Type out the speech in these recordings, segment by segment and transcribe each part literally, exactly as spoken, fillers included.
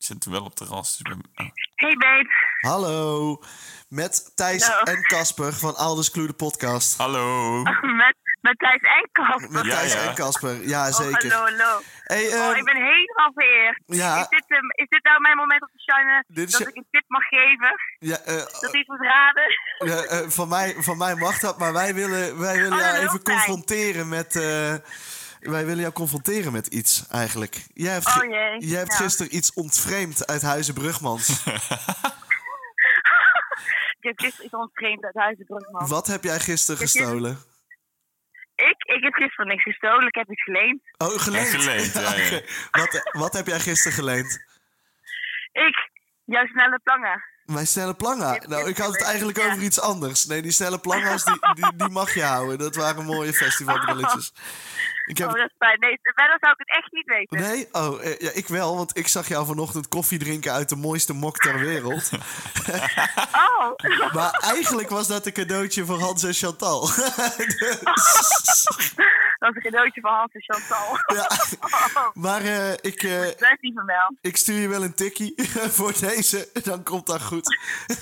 zit wel op terras. Dus ben... oh. Hey babe. Hallo, met Thijs Hallo. en Casper van Alders Clue, de podcast. Hallo. Met, met Thijs en Casper. Met Ja, Thijs ja. en Casper, ja Oh, zeker. hallo, hallo. Hey, Oh, ehm, ik ben helemaal vereerd. ja. Is, dit, um, is dit nou mijn moment om te shinen Dit is dat je- ik een tip mag geven? ja, eh, Dat iets moet raden? eh, eh, van, mij, van mij mag dat, maar wij willen, wij willen Oh, dat jou is even heel fijn. confronteren met... eh, wij willen jou confronteren met iets, eigenlijk. Jij hebt, ge- Oh jee. jij hebt Ja. gisteren iets ontvreemd uit Huizen Brugmans. Ik heb gisteren iets ontvreemd uit Huizen Brugman. Wat heb jij gisteren Ik heb gestolen? Ik, ik heb gisteren niks gestolen, ik heb iets geleend. Oh, geleend. Ja, geleend, ja, ja. Oké. Wat, wat heb jij gisteren geleend? Ik, jouw snelle plangen. Mijn snelle planga. Dit- Nou, dit ik had het is- eigenlijk ja. over iets anders. Nee, die snelle planga's, die, die, die mag je houden. Dat waren mooie festivalbrilletjes. Ik heb... Oh, dat is fijn. Nee, verder zou ik het echt niet weten. Nee? Oh, eh, ja, ik wel, want ik zag jou vanochtend koffie drinken uit de mooiste mok ter wereld. Oh. Maar eigenlijk was dat een cadeautje voor Hans en Chantal. Dus, Dat is een cadeautje van Hans en Chantal. ja. Oh, Maar eh, ik, eh, dat is niet van mij. ik stuur je wel een tikkie voor deze. Dan komt dat goed.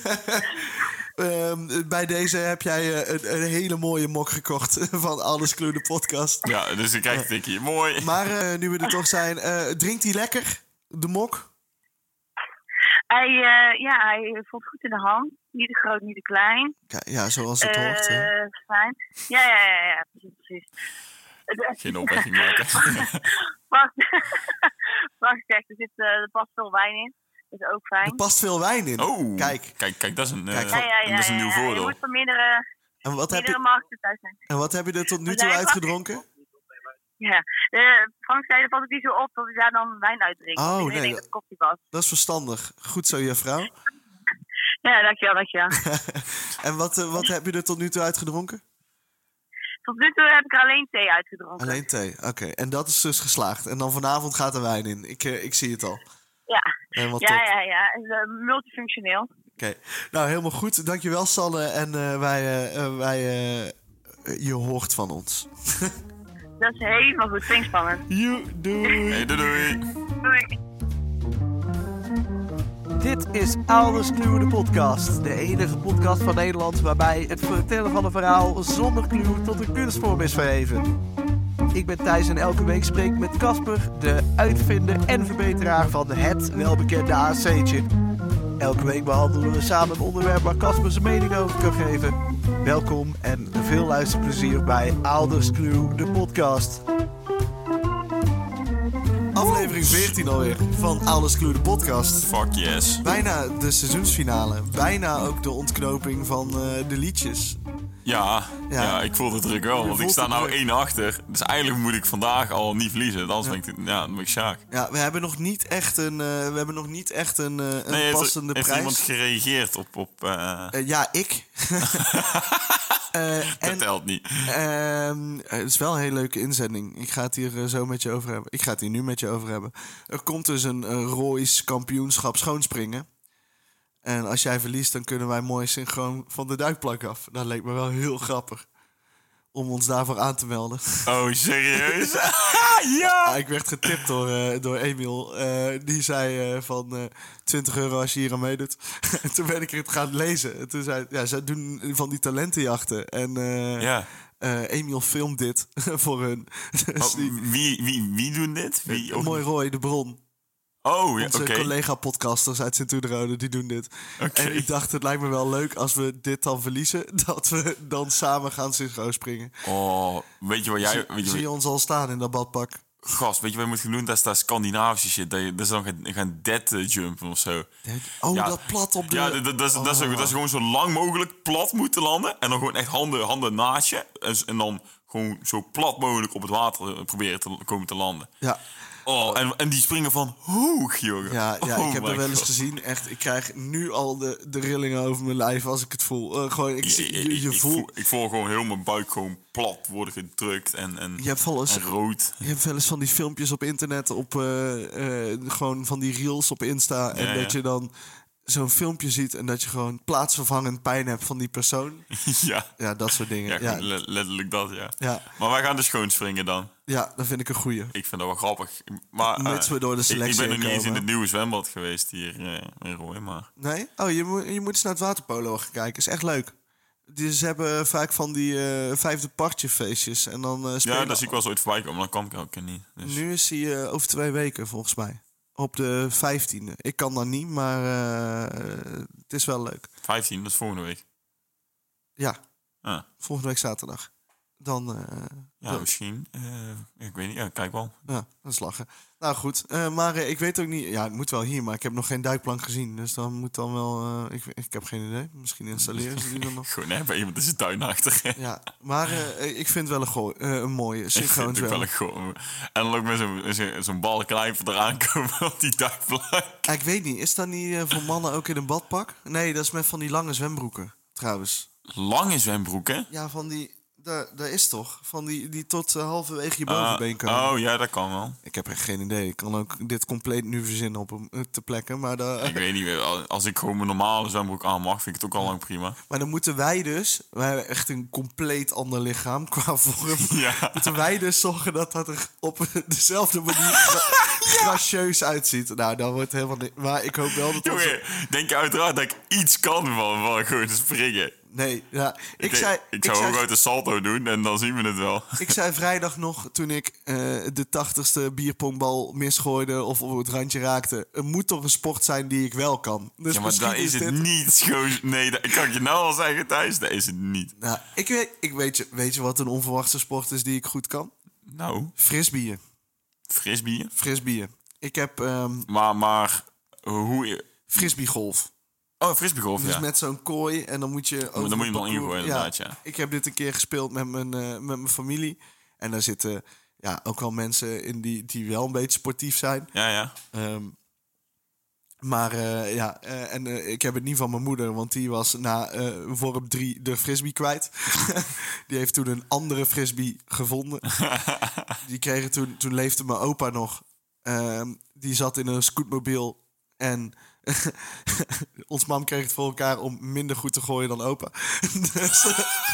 Ehm, bij deze heb jij eh, een, een hele mooie mok gekocht van Alles Clue, de podcast. Ja, dus ik krijg een tikje. Mooi. Maar eh, nu we er toch zijn, eh, drinkt hij lekker, de mok? Hij, uh, ja, hij voelt goed in de hand. Niet te groot, niet te klein. Ja, ja zoals het Uh, hoort. Hè. Fijn. Ja, ja, ja, ja, precies, precies. Geen opwekking maken. Wacht, wacht echt, er, zit, uh, er past veel wijn in. Dat is ook fijn. Er past veel wijn in. Oh, Kijk. Kijk, kijk dat is een, uh, Kijk, ja, ja, ja, dat is een ja, nieuw ja. Je voordeel. moet van meerdere, En wat, heb meerdere je, markten thuis zijn. en wat heb je er tot nu Wat toe zei je? uitgedronken? Ja, uh, Frank zei, dat valt het niet zo op dat hij daar dan wijn uitdrinkt. Oh, Want ik nee, denk dat- dat het koffie was. Dat is verstandig. Goed zo, juffrouw. Ja, dankjewel, dankjewel. En wat, eh, wat heb je er tot nu toe uitgedronken? Tot nu toe heb ik er alleen thee uitgedronken. Alleen thee, oké. En dat is dus geslaagd. En dan vanavond gaat er wijn in. Ik, eh, ik zie het al. Ja, Helemaal ja, top. ja, ja. Het is uh, multifunctioneel. Oké. Nou, helemaal goed. Dankjewel, Sanne. En eh, wij, eh, eh, wij eh, je hoort van ons. Dat is helemaal goed. Vind ik spannend. Joe, doei. Hey, doei doei. Doei. Dit is Alders Clue, de podcast. De enige podcast van Nederland waarbij het vertellen van een verhaal zonder clue tot een kunstvorm is verheven. Ik ben Thijs en elke week spreek ik met Casper, de uitvinder en verbeteraar van het welbekende A C'tje. Elke week behandelen we samen een onderwerp waar Casper zijn mening over kan geven. Welkom en veel luisterplezier bij Alders Clue, de podcast. Aflevering veertien alweer van Alles Clue, de podcast. Fuck yes. Bijna de seizoensfinale. Bijna ook de ontknoping van eh, de liedjes. Ja, Ja. ja. ik voel de druk wel. Je Want ik voelt sta de nou druk. één achter. Dus eigenlijk moet ik vandaag al niet verliezen. Anders ben ik, ja, dan ben ik Sjaak. Ja, we hebben nog niet echt een, uh, we hebben nog niet echt een, uh, een Nee, heeft, passende er, heeft prijs. iemand gereageerd op... op uh... Uh, ja, ik. uh, dat en, telt niet. Uh, het is wel een hele leuke inzending. Ik ga het hier uh, zo met je over hebben. Ik ga het hier nu met je over hebben. Er komt dus een uh, Royce kampioenschap schoonspringen. En als jij verliest, dan kunnen wij mooi synchroon van de duikplank af. Dat leek me wel heel grappig. Om ons daarvoor aan te melden. Oh, serieus? Ja! Ik werd getipt door, uh, door Emiel. Uh, die zei uh, van uh, twintig euro als je hier aan meedoet. Toen ben ik het gaan lezen. En toen zei ja, zij doen van die talentenjachten. En uh, ja. uh, Emiel filmt dit voor hun. Dus oh, die, wie, wie, wie doen dit? Wie, uh, Mooi Roy, de Bron. Oh, ja, Onze oké. okay. collega-podcasters uit Sint-Oederode, die doen dit. Okay. En ik dacht, het lijkt me wel leuk als we dit dan verliezen... dat we dan samen gaan synchro springen. Oh, weet je wat jij... Zie, weet je zie je ons al staan in dat badpak? Gast, weet je wat je moet gaan doen? Dat is dat Scandinavische shit. Dat, je, dat is dan gaan, gaan dead uh, jumpen of zo. Oh, ja, dat plat op de... Ja, dat, dat, dat, oh. dat, is, dat is gewoon zo lang mogelijk plat moeten landen. En dan gewoon echt handen, handen naast je. En, en dan gewoon zo plat mogelijk op het water proberen te komen te landen. Ja. Oh, en, en die springen van hoog, jongen. Ja, ja oh ik heb er wel eens God. gezien. Echt, ik krijg nu al de, de rillingen over mijn lijf als ik het voel. Uh, gewoon, ik, Je, je, je, je ik, voel... voel... Ik voel gewoon heel mijn buik gewoon plat worden gedrukt en, en, je hebt wel eens, en rood. Je hebt wel eens van die filmpjes op internet, op uh, uh, gewoon van die reels op Insta. En ja, dat ja. je dan zo'n filmpje ziet en dat je gewoon plaatsvervangend pijn hebt van die persoon. ja. Ja, dat soort dingen. Ja, Ja, le- letterlijk dat, ja. ja, Maar wij gaan dus schoonspringen dan. ja, dat vind ik een goeie. Ik vind dat wel grappig. Maar, uh, Mits we door de ik, ik selectie ben nog niet heen eens in komen. het nieuwe zwembad geweest hier uh, in Rooij, maar... Nee? Oh, je moet, je moet eens naar het waterpolo gaan kijken. Is echt leuk. Die, ze hebben vaak van die uh, vijfde partje feestjes. En dan uh, spelen... Ja, daar zie ik wel eens ooit voorbij komen, maar dan kan ik elke keer niet. Dus. Nu is hij uh, over twee weken, volgens mij. Op de vijftiende. Ik kan dan niet, maar uh, het is wel leuk. vijftien, dat is volgende week. Ja, Ah. volgende week zaterdag. Dan... Uh, Ja, dan- misschien. Uh, ik weet niet, ja, kijk wel. Ja, dat is lachen. Nou goed, uh, maar uh, ik weet ook niet... Ja, het moet wel hier, maar ik heb nog geen duikplank gezien. Dus dan moet dan wel... Uh, ik, ik heb geen idee. Misschien installeren ze die dan nog. Gewoon, hè, bij iemand is een tuin achter. Ja, maar uh, ik vind wel een, gooi, uh, een mooie Ik synchroon vind het ook wel zwemmen. een goal. En dan ook met zo'n zo, zo'n balklijver eraan komen op die duikplank. Ah, ik weet niet, is dat niet uh, voor mannen ook in een badpak? Nee, dat is met van die lange zwembroeken, trouwens. Lange zwembroek, hè? Ja, van die... Daar, daar is toch? Van die, die tot uh, halverwege je bovenbeen Uh, komen. oh, ja, dat kan wel. Ik heb echt geen idee. Ik kan ook dit compleet nu verzinnen op een, uh, te plekken. Maar, daar, Ik weet niet, als ik gewoon mijn normale zwembroek aan mag, vind ik het ook al lang prima. maar dan moeten wij dus... Wij hebben echt een compleet ander lichaam qua vorm. Ja. Moeten wij dus zorgen dat dat er op dezelfde manier gra- gracieus uitziet. Nou, dan wordt het helemaal niet... Maar ik hoop wel dat... onze- Jongen, denk je uiteraard dat ik iets kan van, van gewoon te springen? Nee, ja. Ik, Ik, zei... ik zou zei, ook uit de salto doen en dan zien we het wel. Ik zei vrijdag nog, toen ik uh, de tachtigste bierpongbal misgooide of op het randje raakte... Er moet toch een sport zijn die ik wel kan. Dus Ja, maar misschien daar is het dit... niet gewoon... Nee, dat kan ik je nou al zeggen, Thijs. Dat is het niet. Nou, ik weet, ik weet, je, weet je wat een onverwachte sport is die ik goed kan? Nou, Frisbeeën. frisbeeën. Frisbeeën. Ik heb um, Maar, maar hoe... frisbeegolf. Oh, frisbeegolf, Dus ja. met zo'n kooi en dan moet je... over Dan moet je het hem dan parcours- ingooien, inderdaad, ja. Ik heb dit een keer gespeeld met mijn, uh, met mijn familie. En daar zitten ja, ook wel mensen in die, die wel een beetje sportief zijn. Ja, ja. Um, maar uh, ja, uh, en uh, ik heb het niet van mijn moeder, want die was na uh, worp drie de frisbee kwijt. Die heeft toen een andere frisbee gevonden. Die kregen toen, toen leefde mijn opa nog. Um, die zat in een scootmobiel en ons mam kreeg het voor elkaar om minder goed te gooien dan opa. Dus,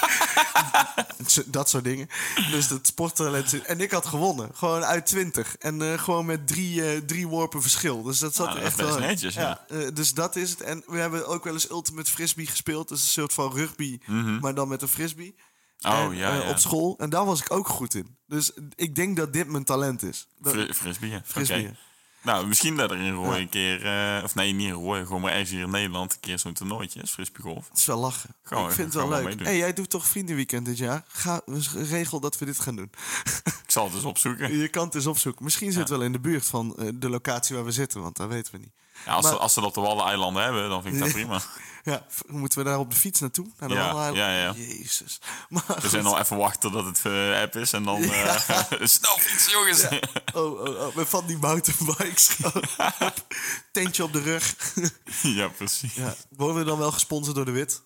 dat soort dingen. Dus het sporttalent. En ik had gewonnen. Gewoon uit twintig. En uh, gewoon met drie, uh, drie worpen verschil. Dus dat zat Nou, er dat echt is best wel in. netjes, ja. Ja, uh, dus dat is het. En we hebben ook wel eens Ultimate Frisbee gespeeld. Dus een soort van rugby, Mhm. maar dan met een frisbee. Oh, En, ja, uh, ja. op school. En daar was ik ook goed in. Dus ik denk dat dit mijn talent is. Dat, Fri- Frisbeeën. Frisbeeën. Oké. Nou, misschien dat er in Rooij Ja. een keer... Uh, of nee, niet in Rooij. Gewoon maar ergens hier in Nederland een keer zo'n toernooitje is. Frisbeegolf. Het is wel lachen. Gaan we- ik vind het gaan wel we leuk. meedoen. Hey, jij doet toch vriendenweekend dit jaar? Ga, regel dat we dit gaan doen. Ik zal het eens opzoeken. Je kan het eens opzoeken. Misschien zit het wel in de buurt van uh, de locatie waar we zitten, want dat weten we niet. Ja, als, Maar- ze, als ze dat op de Waddeneilanden hebben, dan vind ik dat Ja. prima. Ja, v- moeten we daar op de fiets naartoe? Naar de Ja, Waddeneilanden? ja, ja. Jezus. Maar We goed. zijn al even wachten tot het uh, app is en dan uh, snel fietsen, jongens. Ja. Oh, oh, oh. Met van die mountainbikes. Tentje op de rug. Ja, precies. Ja. Worden we dan wel gesponsord door de Wit?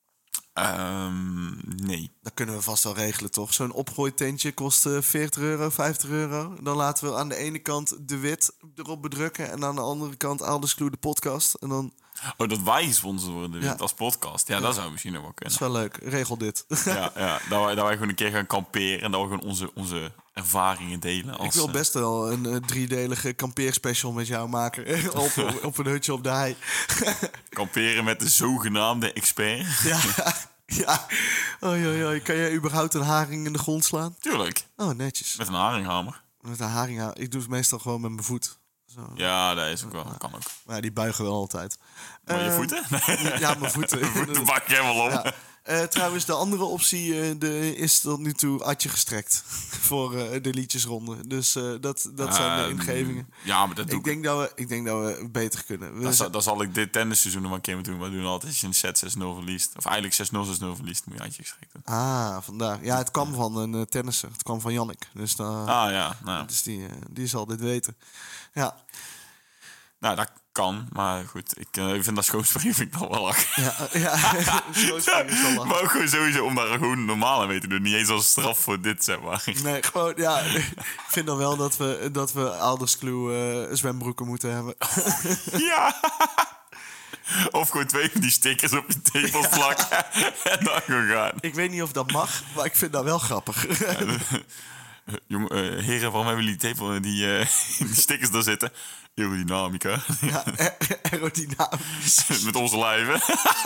Um, nee. Dat kunnen we vast wel regelen, toch? Zo'n opgooitentje kost uh, veertig euro, vijftig euro. Dan laten we aan de ene kant de Wit erop bedrukken... en aan de andere kant Alderskloe de podcast. En dan Oh, dat wij gesponsord worden Ja. als podcast. Ja, dat zou misschien nog wel is kunnen. wel leuk. Regel dit. Ja, ja dat, wij, dat wij gewoon een keer gaan kamperen... en dat we gewoon onze, onze ervaringen delen. Als, Ik wil uh, best wel een uh, driedelige kampeerspecial met jou maken. op, op een hutje op de hei. kamperen met de zogenaamde expert. Ja, ja. Oei, oei, oei. Kan jij überhaupt een haring in de grond slaan? Tuurlijk. Oh, netjes. Met een haringhamer. Met een haring. ha- Ik doe het meestal gewoon met mijn voet. Zo. Ja, dat is ook wel. Dat kan ook. Maar die buigen wel altijd. Maar je Eh, voeten? Ja, mijn voeten. voeten bak je helemaal om. Ja. Uh, trouwens, de andere optie uh, de, is tot nu toe Adje gestrekt. Voor uh, de liedjesronde. Dus uh, dat, dat zijn de Ehm, ingevingen. Ja, maar dat doe Ik ik. denk, dat we, ik denk dat we beter kunnen. We Dan, z- zal- dan zal ik dit tennisseizoen nog maar een keer moeten doen. We doen altijd als je een set zes nul verliest. Of eigenlijk zes nul zes nul verliest, moet je uitje gestrekt doen. Ah, vandaar. Ja, het kwam van een uh, tennisser. Het kwam van Jannik. Dus, dan, Ah ja, nou, dus die, uh, die zal dit weten. Ja, nou dat kan. Maar goed, ik uh, vind dat schoonspringen vind ik nog wel lachen. ja, uh, ja. Schoonspringen is wel lachen. Maar ook gewoon sowieso om daar gewoon normaal aan mee te doen. Niet eens als straf voor dit, zeg maar. Nee, gewoon, ja. Ik vind dan wel dat we, dat we Alderskloe uh, zwembroeken moeten hebben. Ja! Of gewoon twee van die stickers op je tepels plakken. En dan gewoon gaan. Ik weet niet of dat mag, maar ik vind dat wel grappig. Jongen, uh, heren, waarom hebben jullie tepel, die, uh, die stickers daar zitten? Aerodynamica. Ja, aerodynamisch. Met onze lijven.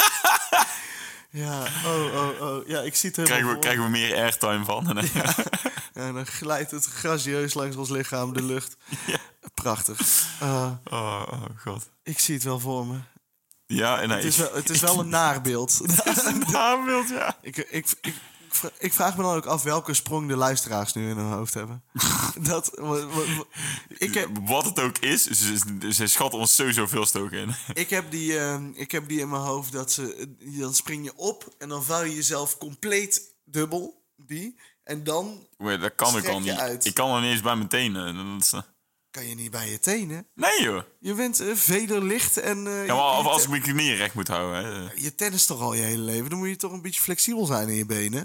Ja, oh, oh, oh. Ja, ik zie het helemaal Krijgen we, voor. krijgen we meer airtime van. En, Ja. En dan glijdt het gracieus langs ons lichaam, de lucht. Ja. Prachtig. Uh, oh, oh, god. ik zie het wel voor me. Ja, en Het is wel, het is wel een naarbeeld. Het is een naambeeld, ja. Ik, ik, ik, ik, ik vraag me dan ook af welke sprong de luisteraars nu in hun hoofd hebben. Dat, wat, wat, ik, heb, Wat het ook is, ze, ze schatten ons sowieso veel stoken in. ik, heb die, uh, ik heb die in mijn hoofd dat ze... Dan spring je op en dan vouw je jezelf compleet dubbel. Die. En dan Wait, dat kan ik strek al je niet. uit. Ik kan er niet eens bij mijn tenen. Dat is, uh... kan je niet bij je tenen. Nee, joh. Je bent uh, vederlicht en... Uh, Ja, maar je, of je als te- ik mijn knieën recht moet houden. Hè. je tennis toch al je hele leven. Dan moet je toch een beetje flexibel zijn in je benen.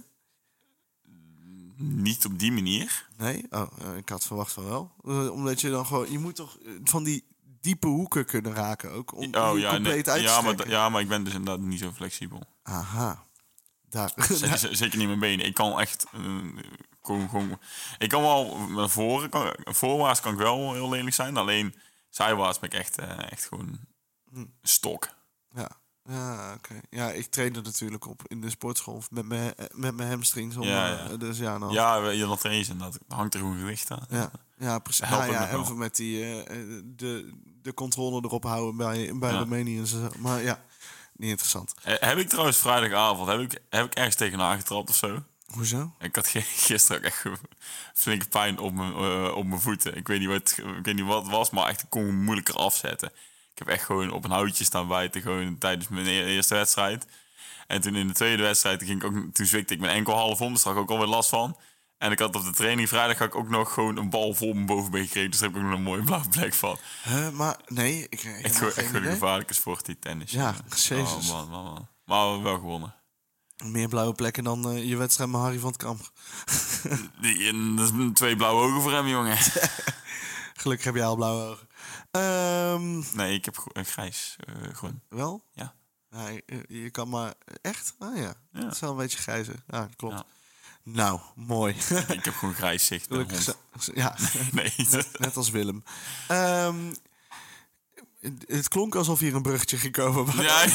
Niet op die manier. Nee? Oh, uh, ik had verwacht van wel. Uh, omdat je dan gewoon... Je moet toch uh, van die diepe hoeken kunnen raken ook. Om Oh, je ja, compleet nee, uit te ja, maar, strekken. ja, maar ik ben dus inderdaad niet zo flexibel. Aha. Daar. Z- z- Zeker niet mijn benen. Ik kan echt... Uh, gewoon, gewoon, ik kan wel... Naar voren, kan, voorwaarts kan ik wel heel lelijk zijn. Alleen zijwaarts ben ik echt, uh, echt gewoon Hm. stok. Ja, ja oké. Ja, ik trainde natuurlijk op in de sportschool met mijn met mijn hamstrings. Om, Ja, uh, ja. Dus ja, dan... Ja, we- je dat trainen inderdaad. Dan hangt er gewoon gewicht aan. Ja, ja precies. Dat helpt Nou, ja, ook nog en wel. met die, uh, de, de controle erop houden bij, bij Ja. Roemenië en zo. Maar ja, niet interessant. Eh, heb ik trouwens vrijdagavond... Heb ik, heb ik ergens tegenaan getrapt of zo? Hoezo? Ik had ge- gisteren ook echt ge- flinke pijn op mijn, uh, op mijn voeten. Ik weet, niet wat, ik weet niet wat het was, maar echt, ik kon hem moeilijker afzetten. Ik heb echt gewoon op een houtje staan bijten gewoon tijdens mijn e- eerste wedstrijd. En toen in de tweede wedstrijd, ging ik ook, toen zwikte ik mijn enkel half om. Dus daar had ik ook alweer last van. En ik had op de training vrijdag had ik ook nog gewoon een bal vol mijn bovenbeen gekregen. Dus daar heb ik ook nog een mooie blauwe plek van. Huh, maar nee, ik heb Echt, gewoon, echt gewoon een gevaarlijke sport, die tennis. Ja, jezus. Oh, man, man, man. Maar we hebben wel gewonnen. Meer blauwe plekken dan uh, je wedstrijd met Harry van het Kamp. Die, en dat is twee blauwe ogen voor hem, jongen. Gelukkig heb jij al blauwe ogen. Ehm, Nee, ik heb gro- uh, grijs. Uh, groen. wel? Ja. Ja, je, je kan maar... Echt? Ah ja, Ja. het is wel een beetje grijzer. Ja, klopt. Ja. Nou, mooi. Ik heb gewoon grijs zicht bij een Gelukkig hond. zo- ja, Nee, net, net als Willem. Ehm, het, het klonk alsof hier een bruggetje gekomen was. ja,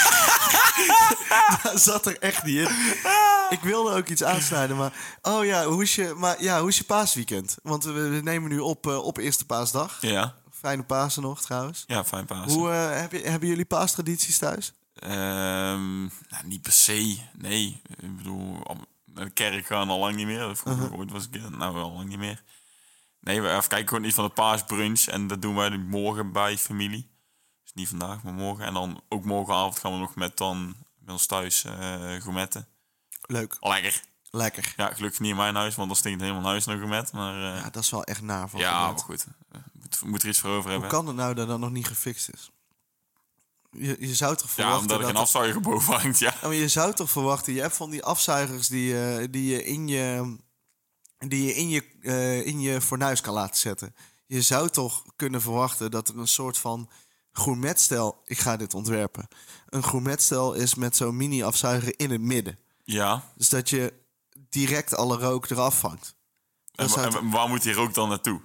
Dat zat er echt niet in. Ik wilde ook iets aansnijden, maar... Oh ja, hoe is je, maar, ja, hoe is je paasweekend? Want we, we nemen nu op uh, op Eerste Paasdag. ja. Fijne Pasen nog, trouwens. Ja, fijn Pasen. Hoe, uh, heb je, hebben jullie paastradities thuis? Ehm, nou, niet per se. Nee. Ik bedoel, al- naar de kerk gaan al lang niet meer. Vroeger Uh-huh. ooit was ik, nou wel lang niet meer. Nee, we even kijken gewoon iets van de paasbrunch. En dat doen wij morgen bij familie. Dus niet vandaag, maar morgen. En dan ook morgenavond gaan we nog met dan bij ons thuis uh, gourmetten. Leuk. Lekker. Lekker. Ja, gelukkig niet in mijn huis, want dan stinkt helemaal huis nog gourmet. Maar uh, Ja, dat is wel echt naar van ja, gourmet. maar goed. Uh, moet, moet er iets voor over Hoe hebben. kan het nou dat dat nog niet gefixt is? Je, je zou toch Ja, verwachten omdat er dat... geen afzuiger boven hangt, ja. Ja, maar je zou toch verwachten... Je hebt van die afzuigers die, uh, die je in je... Die je in je, uh, in je fornuis kan laten zetten. Je zou toch kunnen verwachten dat er een soort van gourmetstel... Ik ga dit ontwerpen. Een gourmetstel is met zo'n mini-afzuiger in het midden. Ja. Dus dat je direct alle rook eraf vangt. En, Dat zou en toch- waar moet die rook dan naartoe?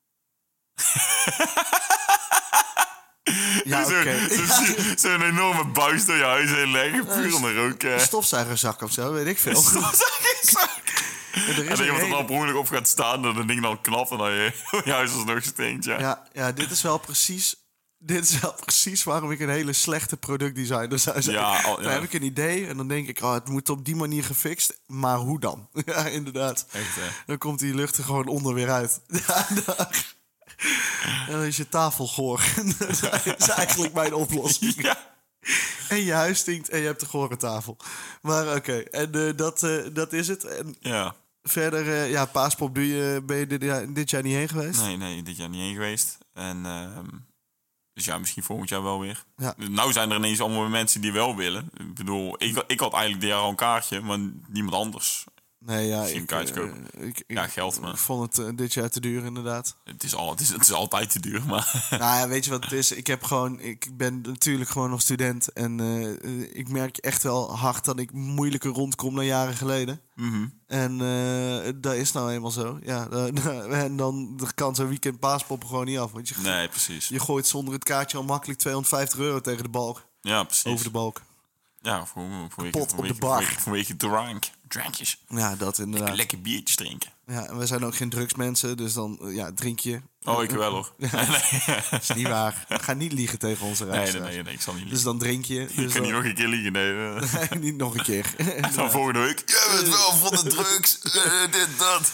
Ja, Zo'n oké. zo, zo enorme buis door je huis heen leggen, puur om de rook. eh. Een stofzuigerzak of zo, weet ik veel. Stofzuigerzak. Er En is dat een je er hele- dan per ongeluk op gaat staan, dat het ding dan knapt en dan je, je huis alsnog stinkt, ja. Ja, ja, dit is wel precies... Dit is wel precies waarom ik een hele slechte productdesigner zou zijn. Ja, al- ja. Dan heb ik een idee en dan denk ik... Oh, het moet op die manier gefixt, maar hoe dan? Ja, inderdaad. Echt, hè. Dan komt die lucht er gewoon onder weer uit. Ja, dan, en dan is je tafel goor. Dat is eigenlijk mijn oplossing. Ja. En je huis stinkt en je hebt een gore tafel. Maar oké, en uh, dat, uh, dat is het. En Ja. verder, uh, ja, Paaspop doe je, ben je dit jaar, dit jaar niet heen geweest? Nee, nee, dit jaar niet heen geweest. En, ehm, dus ja, misschien volgend jaar wel weer. Ja. Nou zijn er ineens allemaal mensen die wel willen. Ik bedoel, ik, ik had eigenlijk dit jaar al een kaartje, maar niemand anders. Nee, ja, Misschien ik, kaartjes eh, kopen. ik, ik, Ja, geld, man. ik vond het eh, dit jaar te duur, inderdaad. Het is, al, het, is, het is altijd te duur, maar... Nou ja, weet je wat het is? Ik heb gewoon, ik ben natuurlijk gewoon nog student. En eh, ik merk echt wel hard dat ik moeilijker rondkom dan jaren geleden. Mhm. En eh, dat is nou eenmaal zo. Ja, da- da- en dan kan zo'n weekend paaspoppen gewoon niet af. Want je, Nee, precies. je gooit zonder het kaartje al makkelijk tweehonderdvijftig euro tegen de balk. Ja, precies. Over de balk. Ja, voor, vanwege, Kapot op vanwege, de bar. vanwege, vanwege drank. Drankjes. Ja, dat inderdaad. Lekker biertjes drinken. Ja, en we zijn ook geen drugsmensen, dus dan eh, ja, drink je. Oh, ik wel hoor. Nee, nee. Dat is niet waar. Ga niet liegen tegen onze Nee, nee, luisteraars. nee, nee, ik zal niet Dus liegen. dan drink je. Ik Dus kan niet dan- nog een keer liegen, nee. eh. Nee, niet nog een keer. En dan volgende week, jij bent wel van de drugs, eh, dit, dat.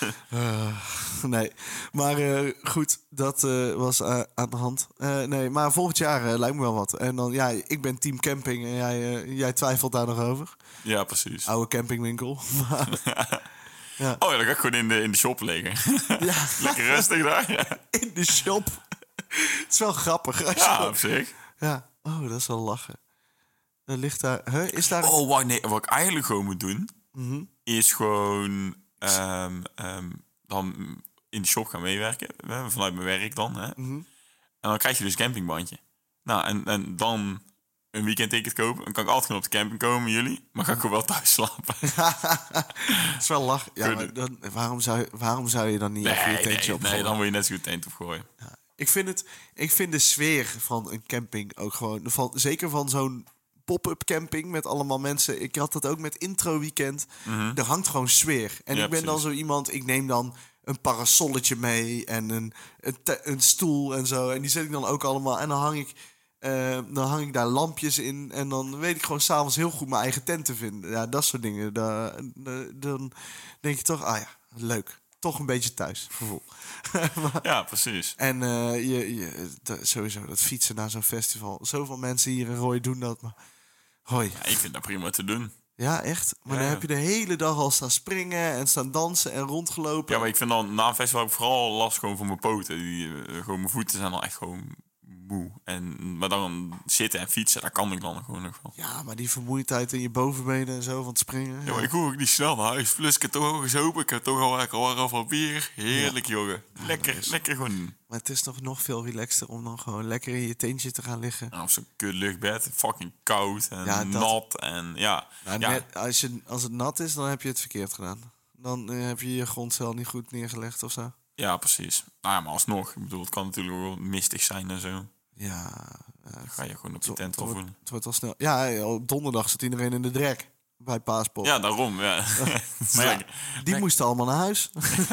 Nee, maar eh, goed, dat eh, was eh, aan de hand. Eh, nee, maar volgend jaar eh, lijkt me wel wat. En dan, ja, ik ben team camping en jij, eh, jij twijfelt daar nog over. Ja, precies. Oude campingwinkel. Maar, ja. Oh ja, dan ga ik gewoon in de, in de shop liggen. Ja, Lekker rustig daar. Ja, in de shop. Het is wel grappig. Als je ja dan- op zich. ja. Oh, dat is wel lachen. Er ligt daar... Huh? Is daar... Oh, wacht, nee. Wat ik eigenlijk gewoon moet doen, Mhm. is gewoon ehm, ehm, dan in de shop gaan meewerken. hè, Vanuit mijn werk dan. Hè. Mhm. En dan krijg je dus een campingbandje. Nou, en, en dan een weekendticket kopen. Dan kan ik altijd gewoon op de camping komen met jullie. Maar ga ik gewoon wel thuis slapen. Het is wel lachen. Ja, Goed. maar dan, waarom, zou, je- waarom zou je dan niet even je Nee, tentje nee, opgooien? nee, dan wil je net zo goed tent opgooien. Ik vind, het, ik vind de sfeer van een camping ook gewoon... Van, zeker van zo'n pop-up camping met allemaal mensen. Ik had dat ook met intro weekend. Er hangt gewoon sfeer. En Ja, ik ben dan precies. zo iemand... Ik neem dan een parasolletje mee en een, een, te- een stoel en zo. En die zet ik dan ook allemaal. En dan hang ik, eh, dan hang ik daar lampjes in. En dan weet ik gewoon s'avonds heel goed mijn eigen tent te vinden. Ja, dat soort dingen. Da- da- dan denk je toch, ah ja, leuk. Toch een beetje thuis, gevoel. Maar- Ja, precies. en eh, je, je, dat- sowieso, dat fietsen naar zo'n festival. Zoveel mensen hier in Rooi doen dat, maar... Hoi. Ja, ik vind dat prima te doen. Ja, echt? Maar dan Ja. heb je de hele dag al staan springen en staan dansen en rondgelopen. Ja, maar ik vind dan na een festival heb ik vooral last gewoon van mijn poten. Die, eh, gewoon mijn voeten zijn dan echt gewoon moe. En, maar dan zitten en fietsen, daar kan ik dan gewoon nog wel. Ja, maar die vermoeidheid in je bovenbenen en zo van het springen. Ja, maar ik hoef ook niet snel naar huis. Plus ik heb toch al gezopen. Ik heb toch al lekker warm van bier. Heerlijk, jongen. Lekker, dat is- lekker gewoon. Maar het is toch nog veel relaxter om dan gewoon lekker in je teentje te gaan liggen. Nou, op zo'n kut luchtbed. Fucking koud en Ja, dat- nat. En ja, Nou, ja. net, als, je, als het nat is, dan heb je het verkeerd gedaan. Dan eh, heb je je grondcel niet goed neergelegd of zo. ja, precies. Nou ja, maar alsnog. Ik bedoel, het kan natuurlijk ook wel mistig zijn en zo. Ja, Dan ga je gewoon op je het, tent het wel wordt, voelen. het wordt al snel. Ja, op donderdag zat iedereen in de drek bij Paaspop. Ja, daarom. Ja. Maar ja, die moesten allemaal naar huis.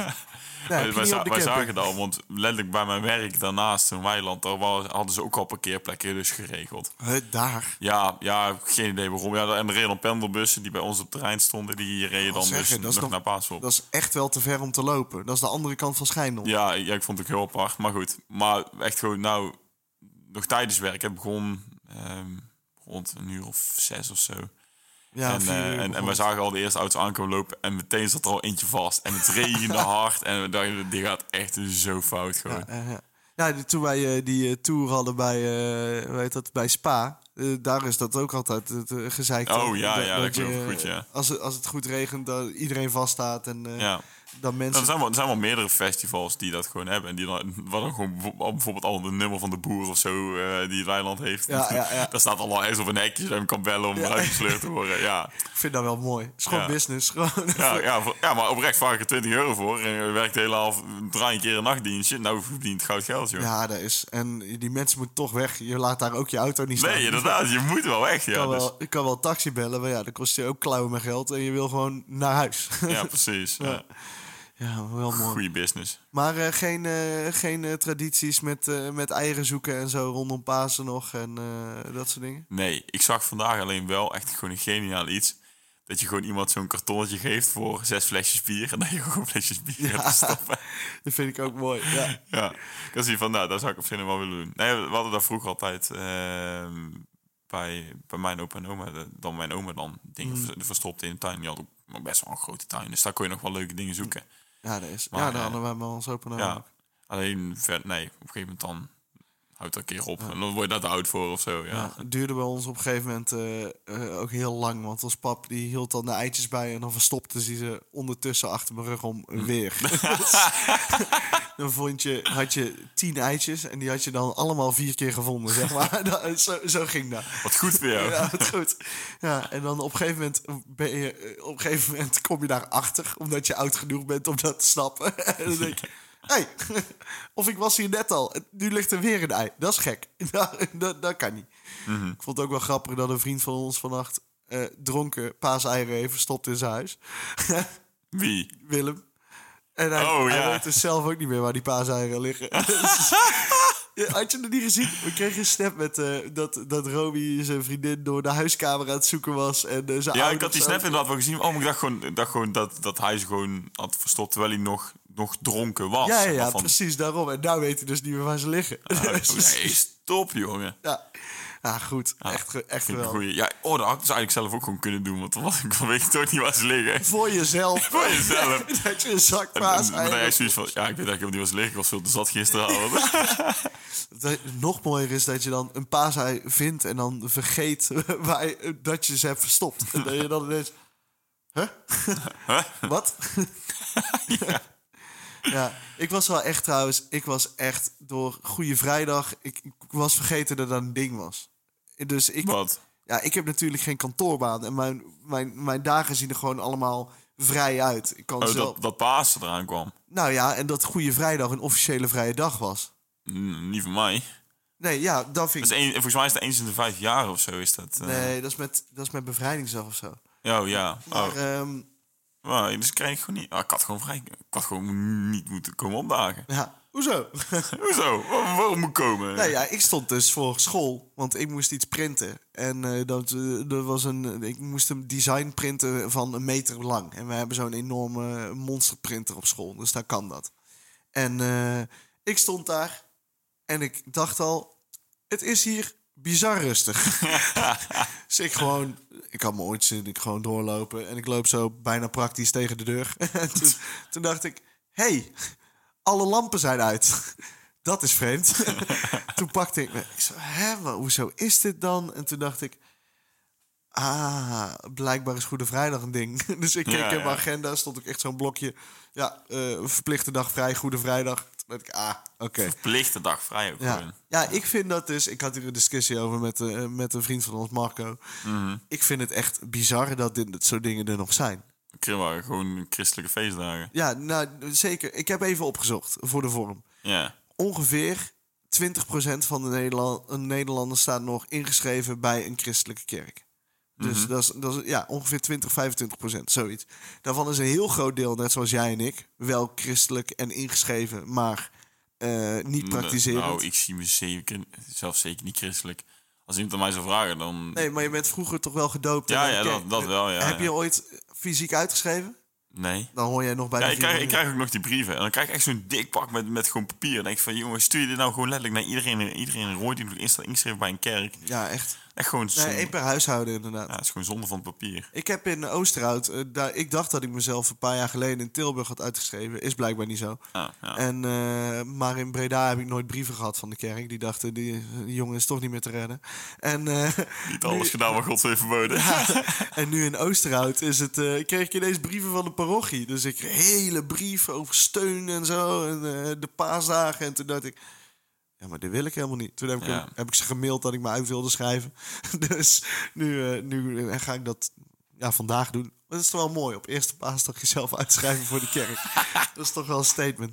Nee, heb je wij niet za- op de wij camping. zagen dat, want letterlijk bij mijn werk daarnaast in Weiland, daar wa- hadden ze ook al parkeerplekken dus geregeld. Huh, daar. Ja, ja, geen idee waarom. Ja, en er reden dan pendelbussen die bij ons op het terrein stonden, die reden dan zeggen, dus dat is nog nog- naar Paasop. Dat is echt wel te ver om te lopen. Dat is de andere kant van Schijndel. Ja, ja, ik vond het ook heel apart, maar goed. Maar echt gewoon, nou, nog tijdens werk. Het begon ehm, rond een uur of zes of zo. Ja, en, vier eh, uur en, en begon wij het. zagen al de eerste auto's aankomen lopen en meteen zat er al eentje vast. En het regende hard en we dachten, dit gaat echt zo fout gewoon. Ja, ja, ja. Ja, die- toen wij eh, die eh, tour hadden bij, eh, hoe heet dat, bij Spa, eh, daar is dat ook altijd het uh, gezeik. Oh, toch? ja, ja, dat je, geloof ik goed, ja. Als het, als het goed regent, dat iedereen vaststaat en eh, Ja. dan mensen... Nou, er, zijn wel, er zijn wel meerdere festivals die dat gewoon hebben. En die dan, waar dan gewoon bijvo- bijvoorbeeld al de nummer van de boer of zo eh, die het weiland heeft. Ja, ja, ja. Daar staat al ergens op een hekje dat je hem kan bellen om Ja. uitgesleurd te worden. Ja. Ik vind dat wel mooi. Het is gewoon Ja. business. Gewoon Ja, ja, voor- ja, maar oprecht vraag ik er twintig euro voor. En je werkt de hele half, draai een keer een nachtdienstje. Nou verdient goud geld, joh. Ja, dat is. En die mensen moeten toch weg. Je laat daar ook je auto niet staan. Nee, inderdaad, je moet wel echt. Ik Ja, kan, dus, wel, ik kan wel taxi bellen, maar ja, dan kost je ook klauwen met geld. En je wil gewoon naar huis. ja precies. Ja. Ja, wel mooi. Goeie business. Maar eh, geen, eh, geen eh, tradities met, eh, met eieren zoeken en zo rondom Pasen nog en eh, dat soort dingen? Nee, ik zag vandaag alleen wel echt gewoon een geniaal iets. Dat je gewoon iemand zo'n kartonnetje geeft voor zes flesjes bier. En dat je gewoon flesjes bier gaat stoppen. Dat vind ik ook mooi. Ja. Ja, ik was hier van, nou, dat zou ik op zich nog wel willen doen. Nee, we hadden daar vroeger altijd ehm, bij, bij mijn opa en oma, de- dan mijn oma dan, dingen Mm. ver- verstopt in de tuin. Die had ook best wel een grote tuin, dus daar kon je nog wel leuke dingen zoeken. Ja, dat is. Maar, ja, daar eh, hadden wij bij ons open Ja, alleen, ver, nee, op een gegeven moment dan Houd dat een keer op. En dan word je daar te oud voor of zo. Ja. Ja, het duurde bij ons op een gegeven moment uh, uh, ook heel lang. Want ons pap die hield dan de eitjes bij en dan verstopte ze ze ondertussen achter mijn rug om weer. Dus, dan vond je, had je tien eitjes en die had je dan allemaal vier keer gevonden, zeg maar. Dat, zo, zo ging dat. Wat goed voor jou. Ja, wat goed. Ja, en dan op een gegeven moment ben je, op een gegeven moment kom je daarachter, omdat je oud genoeg bent om dat te snappen. En dan denk je, hey, of ik was hier net al. Nu ligt er weer een ei. Dat is gek. Dat, dat, dat kan niet. Mm-hmm. Ik vond het ook wel grappig dat een vriend van ons vannacht uh, dronken paaseieren heeft verstopt in zijn huis. Wie? Willem. En hij, oh, hij ja. weet dus zelf ook niet meer waar die paaseieren liggen. Dus, had je het niet gezien? We kregen een snap met uh, dat, dat Romy zijn vriendin door de huiskamer aan het zoeken was. En, uh, zijn ja, ik had die snap ook. inderdaad wel gezien. Oh, maar ik dacht gewoon, ik dacht gewoon dat, dat hij ze gewoon had verstopt terwijl hij nog, nog dronken was. Ja, ja, ja van... precies daarom. En nou weet hij dus niet meer waar ze liggen. Ah, nee, stop, jongen. Ja. Ja, goed. Ah, echt echt wel. Goeie. Ja, oh, dat had ik dus eigenlijk zelf ook gewoon kunnen doen. Want dan was ik, dan weet ik toch niet waar ze liggen. Voor jezelf. Voor jezelf. Dat je een zak paas. En dan heb je zoiets van, ja, ik weet eigenlijk niet waar ze liggen. Ik was veel te zat gisteren. Nog mooier is dat je dan een paasei vindt en dan vergeet waar je, dat je ze hebt verstopt. En dat je dan ineens... Huh? Huh? Wat? Ja. Ja, ik was wel echt trouwens... Ik was echt door Goede Vrijdag... Ik, ik was vergeten dat dat een ding was. Dus ik... Wat? Ja, ik heb natuurlijk geen kantoorbaan. En mijn, mijn, mijn dagen zien er gewoon allemaal vrij uit. Ik kan oh, zelf... dat, dat Pasen eraan kwam? Nou ja, en dat Goede Vrijdag een officiële vrije dag was. Mm, niet van mij. Nee, ja, dat vind ik... Dat is een, volgens mij is het eens in de vijf jaar of zo is dat. Uh... Nee, dat is, met, dat is met bevrijdingsdag of zo. Oh, ja. Maar... Oh. Um... Oh, dus krijg ik gewoon niet... Oh, ik had gewoon vrij... Ik had gewoon niet moeten komen opdagen. Ja, hoezo? Hoezo? Waar, waarom moet ik komen? Nou ja, ik stond dus voor school, want ik moest iets printen. En uh, dat, uh, dat was een, ik moest een design printen van een meter lang. En we hebben zo'n enorme monsterprinter op school, dus daar kan dat. En uh, ik stond daar en ik dacht al, het is hier bizar rustig. Dus ik gewoon, ik had mijn oortjes in, ik gewoon doorlopen. En ik loop zo bijna praktisch tegen de deur. En toen, toen dacht ik, hey, alle lampen zijn uit. Dat is vreemd. Toen pakte ik me, ik zo, hè, maar hoezo is dit dan? En toen dacht ik, ah, blijkbaar is Goede Vrijdag een ding. Dus ik keek ja, in mijn ja. agenda, stond ook echt zo'n blokje. Ja, uh, verplichte dag vrij, Goede Vrijdag. Toen dacht ik, ah, oké. Okay. Verplichte dag vrij ook ja. gewoon. Ja, ik vind dat dus... Ik had hier een discussie over met, uh, met een vriend van ons, Marco. Mm-hmm. Ik vind het echt bizar dat dit, dat soort dingen er nog zijn. Het waren gewoon christelijke feestdagen. Ja, nou, zeker. Ik heb even opgezocht voor de vorm. Ja. Ongeveer twintig procent van de Nederland- Nederlanders staat nog ingeschreven bij een christelijke kerk. Dus mm-hmm. dat, is, dat is ja, ongeveer twintig, vijfentwintig procent, zoiets. Daarvan is een heel groot deel, net zoals jij en ik, wel christelijk en ingeschreven, maar uh, niet praktiserend. Nou, ik zie me zeker, zelf zeker niet christelijk. Als iemand aan mij zou vragen, dan... Nee, maar je bent vroeger toch wel gedoopt? Ja, ja, dat, dat wel, ja. Heb je ja. ooit fysiek uitgeschreven? Nee. Dan hoor jij nog bij ja, de ik krijg, ik krijg ook nog die brieven. En dan krijg ik echt zo'n dik pak met, met gewoon papier. En dan denk ik van, jongens, stuur je dit nou gewoon letterlijk naar iedereen. Iedereen in Rooi die nog eerst ingeschreven bij een kerk. Ja, echt. Echt gewoon zonde. Nee, één per huishouden inderdaad. Ja, het is gewoon zonde van het papier. Ik heb in Oosterhout, uh, daar, ik dacht dat ik mezelf een paar jaar geleden in Tilburg had uitgeschreven. Is blijkbaar niet zo. Ah, ja. En, uh, maar in Breda heb ik nooit brieven gehad van de kerk. Die dachten, die, die jongen is toch niet meer te redden. En, uh, niet alles nu, gedaan wat God heeft verboden. Ja, en nu in Oosterhout is het, uh, kreeg ik ineens brieven van de parochie. Dus ik kreeg hele brieven over steun en zo. En uh, de paasdagen. En toen dacht ik... Ja, maar dit wil ik helemaal niet. Toen heb ik, ja. hem, heb ik ze gemaild dat ik me uit wilde schrijven. Dus nu, uh, nu uh, ga ik dat ja, vandaag doen. Maar dat is toch wel mooi. Op eerste paasdag jezelf uitschrijven voor de kerk. Dat is toch wel een statement.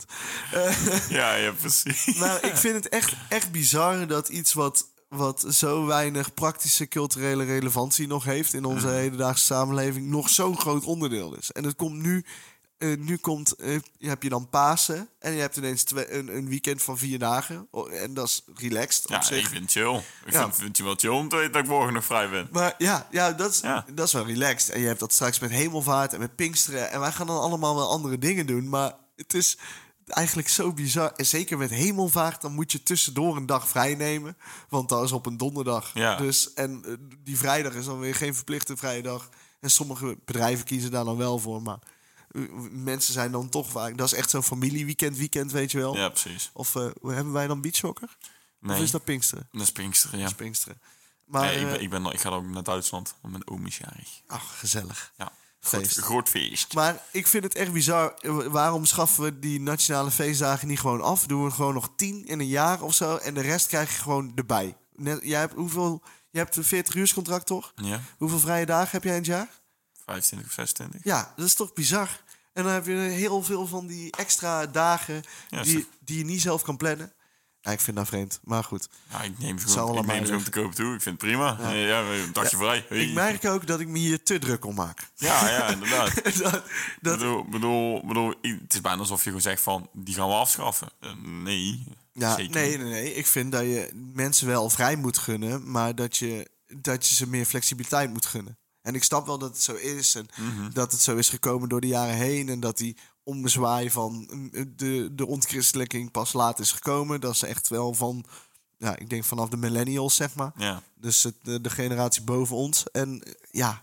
Uh, ja, ja, precies. Maar ik vind het echt, echt bizar dat iets wat, wat zo weinig praktische culturele relevantie nog heeft in onze mm. hedendaagse samenleving nog zo'n groot onderdeel is. En het komt nu... Uh, nu komt, uh, heb je dan Pasen en je hebt ineens twee, een, een weekend van vier dagen. Oh, en dat is relaxed ja, op zich. ik vind het chill. Ik ja. vind, vind je wel chill om te weten dat ik morgen nog vrij ben. Maar ja, ja, dat, is, ja. dat is wel relaxed. En je hebt dat straks met Hemelvaart en met Pinksteren. En wij gaan dan allemaal wel andere dingen doen. Maar het is eigenlijk zo bizar. En zeker met Hemelvaart, dan moet je tussendoor een dag vrij nemen. Want dat is op een donderdag. Ja. Dus, en uh, die vrijdag is dan weer geen verplichte vrije dag. En sommige bedrijven kiezen daar dan wel voor, maar... Mensen zijn dan toch vaak... Dat is echt zo'n familieweekend, weekend, weet je wel. Ja, precies. Of uh, hebben wij dan beachsoccer? Nee. Of is dat Pinksteren? Dat is Pinksteren, ja. Dat is Pinksteren. Maar, nee, ik, eh, ben, ik, ben, ik ga ook naar Duitsland, want mijn oom is jarig. ach, gezellig. Ja, Feest. groot, groot feest. Maar ik vind het echt bizar. Waarom schaffen we die nationale feestdagen niet gewoon af? Doen we gewoon nog tien in een jaar of zo. En de rest krijg je gewoon erbij. Net, jij hebt hoeveel... Je hebt een veertig uurscontract, toch? Ja, Hoeveel vrije dagen heb jij in het jaar? vijfentwintig of zesentwintig. Ja, dat is toch bizar? En dan heb je heel veel van die extra dagen Ja, die, zeg. die je niet zelf kan plannen. Ja, ik vind dat vreemd, maar goed. Ja, ik neem ze Zou gewoon, ik allemaal neem ze gewoon te koop toe. Ik vind het prima. Ja, ja een dagje vrij. Hey. Ik merk ook dat ik me hier te druk om maak. Ja, ja, inderdaad. dat, Ik dat, bedoel, bedoel, bedoel, het is bijna alsof je gewoon zegt van, die gaan we afschaffen. Uh, nee, ja, zeker nee, niet. nee, nee. Ik vind dat je mensen wel vrij moet gunnen, maar dat je, dat je ze meer flexibiliteit moet gunnen. En ik snap wel dat het zo is en Mhm. dat het zo is gekomen door de jaren heen en dat die ommezwaai van de, de ontchristelijking pas laat is gekomen. Dat is echt wel van, ja, ik denk vanaf de millennials, zeg maar. Ja, Dus het, de, de generatie boven ons. En eh, ja,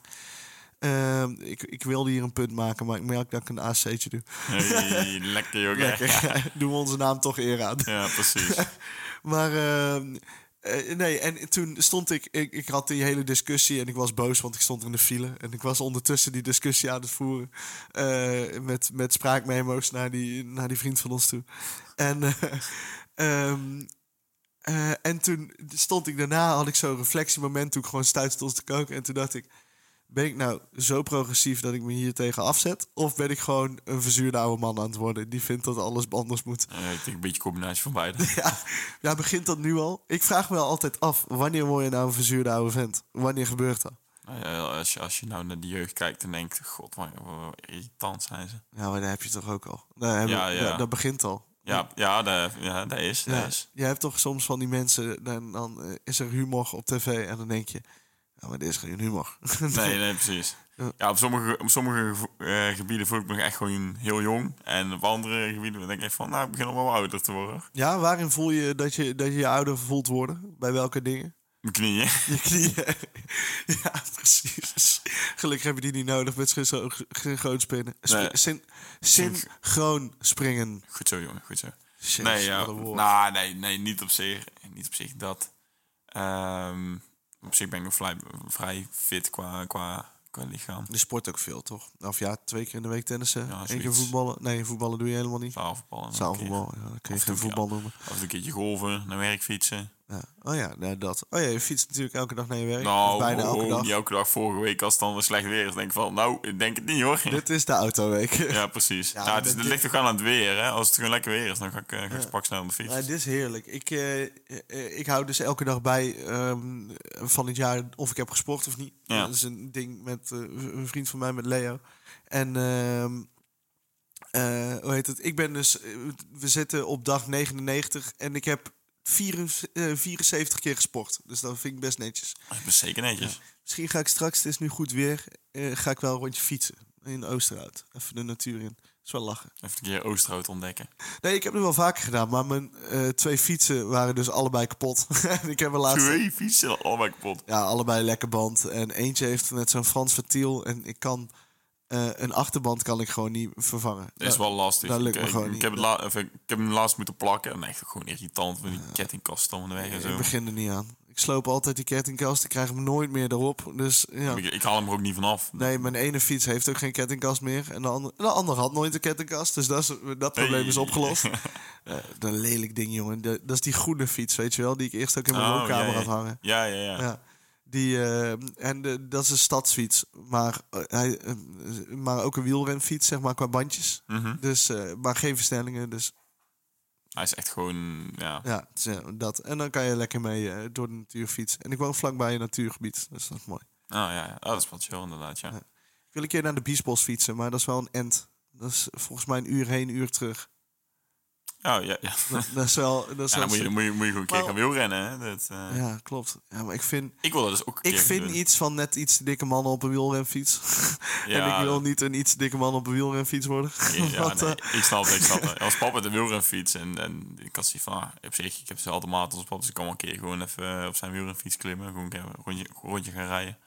eh, ik, ik wilde hier een punt maken, maar ik merk dat ik een A C'tje doe. hey, lekker jongen. Lekker, doen we onze naam toch eer aan. Ja, precies. Maar eh, eh, nee, en toen stond ik, ik... Ik had die hele discussie en ik was boos, want ik stond in de file. En ik was ondertussen die discussie aan het voeren. eh, met, met spraakmemo's naar die, naar die vriend van ons toe. En, eh, ehm, eh, en toen stond ik daarna, had ik zo'n reflectiemoment toen ik gewoon stuit stond te koken. En toen dacht ik, ben ik nou zo progressief dat ik me hier tegen afzet? Of ben ik gewoon een verzuurde oude man aan het worden die vindt dat alles anders moet? Uh, ik denk een beetje een combinatie van beide. Ja, ja, begint dat nu al? Ik vraag me altijd af, wanneer word je nou een verzuurde oude vent? Wanneer gebeurt dat? Nou ja, als, je, als je nou naar die jeugd kijkt en denkt, god, wat, wat irritant zijn ze. Ja, maar daar heb je toch ook al? Daar hebben, Ja, ja. ja, dat begint al. Ja, ja, dat, ja, dat is. Dat Ja, is. je hebt toch soms van die mensen, dan, dan eh, is er humor op tv en dan denk je, ja, maar dit is geen humor. Nee, nee, precies. Ja. Ja, op sommige, op sommige eh, gebieden voel ik me echt gewoon heel jong. En op andere gebieden denk ik echt van, nou, ik begin al wel ouder te worden. Ja, waarin voel je dat je dat je, je ouder voelt worden? Bij welke dingen? Mijn knieën. Je knieën. Ja, precies. Gelukkig heb je die niet nodig met synchroon springen. Sp- Nee. syn- synchroon springen. Goed zo, jongen, goed zo. Jezus, Nee, ja, wat een woord. nou, nee, nee, niet op zich. Niet op zich dat. Ehm, op zich ben ik nog vrij, vrij fit qua, qua, qua lichaam. Je sport ook veel, toch? Of ja, twee keer in de week tennissen. Ja, Eén keer zoiets. voetballen. Nee, voetballen doe je helemaal niet. Zaalvoetballen. Zaalvoetbal, ja, dat kun je Of geen doe- voetbal ja. noemen. Of een keertje golven, naar werk fietsen. Ja. Oh ja, nou, dat. Oh ja, je fietst natuurlijk elke dag naar je werk. Nou, Of bijna elke oh, dag. niet elke dag. Vorige week als het dan weer slecht weer is, denk ik van, nou, ik denk het niet hoor. Dit is de autoweek. Ja, precies. Ja, Ja, het, is, met het dit- ligt ook aan het weer. Hè. Als het gewoon lekker weer is, dan ga ik, uh, ga ik straks snel aan de fiets. Ja, dit is heerlijk. Ik, eh, eh, ik hou dus elke dag bij ehm, van het jaar of ik heb gesport of niet. Ja. Dat is een ding met eh, een vriend van mij, met Leo. En ehm, eh, hoe heet het? Ik ben dus, eh, we zitten op dag negenennegentig en ik heb vier- eh, vierenzeventig keer gesport. Dus dat vind ik best netjes. Dat is zeker netjes. Misschien ga ik straks, het is nu goed weer, eh, ga ik wel een rondje fietsen in Oosterhout. Even de natuur in. Dat is wel lachen. Even een keer Oosterhout ontdekken. Nee, ik heb het wel vaker gedaan, maar mijn eh, twee fietsen waren dus allebei kapot. En ik heb er laatst... Twee fietsen, allebei kapot. Ja, allebei lekker band. En eentje heeft net zo'n Frans ventiel. En ik kan... eh, een achterband kan ik gewoon niet vervangen. Dat is Ja, wel lastig. dat lukt ik, me ik, gewoon ik niet. heb het la- of ik, ik heb hem laatst moeten plakken. En echt gewoon irritant met die kettingkast om de weg en ik zo. begin er niet aan. Ik sloop altijd die kettingkast. Ik krijg hem nooit meer erop. Dus ja. Ik, ik haal hem er ook niet vanaf. Nee, mijn ene fiets heeft ook geen kettingkast meer. En de andere, de andere had nooit een kettingkast. Dus dat, is, dat probleem is Hey. opgelost. Eh, dat een lelijk ding, jongen. De- dat is die groene fiets, weet je wel. Die ik eerst ook in mijn Oh, woonkamer ja, ja. had hangen. Ja, ja, ja. Ja. Die, eh, en de, dat is een stadsfiets. Maar, eh, hij, eh, maar ook een wielrenfiets, zeg maar, qua bandjes. Mhm. Dus, eh, maar geen versnellingen. Dus Hij is echt gewoon, ja. ja, het is, eh, dat. En dan kan je lekker mee eh, door de natuur fietsen. En ik woon vlakbij een natuurgebied. Dus dat is mooi. Oh, ja, ja. Oh, dat is wel chill inderdaad, ja. Ja. Ik wil een keer naar de Biesbos fietsen, maar dat is wel een end. Dat is volgens mij een uur heen, een uur terug. Oh, ja, ja. Dat, dat is wel... Dat is En wel dan moet je, moet, je, moet je gewoon een keer Maar- gaan wielrennen, hè. Dat, eh, ja, klopt. Ja, maar ik vind... Ik wil dat dus ook een Ik keer vind doen. iets van net iets te dikke mannen op een wielrenfiets. Ja, en ik wil dat- niet een iets te dikke man op een wielrenfiets worden. Ja, Want, nee, eh, ik snap het, ik snap het. Als papa de wielrenfiets en, en ik had zoiets van, ah, op zich, ik heb dezelfde maat als papa, dus ik kan wel een keer gewoon even eh, op zijn wielrenfiets klimmen, gewoon een keer een rondje, rondje gaan rijden.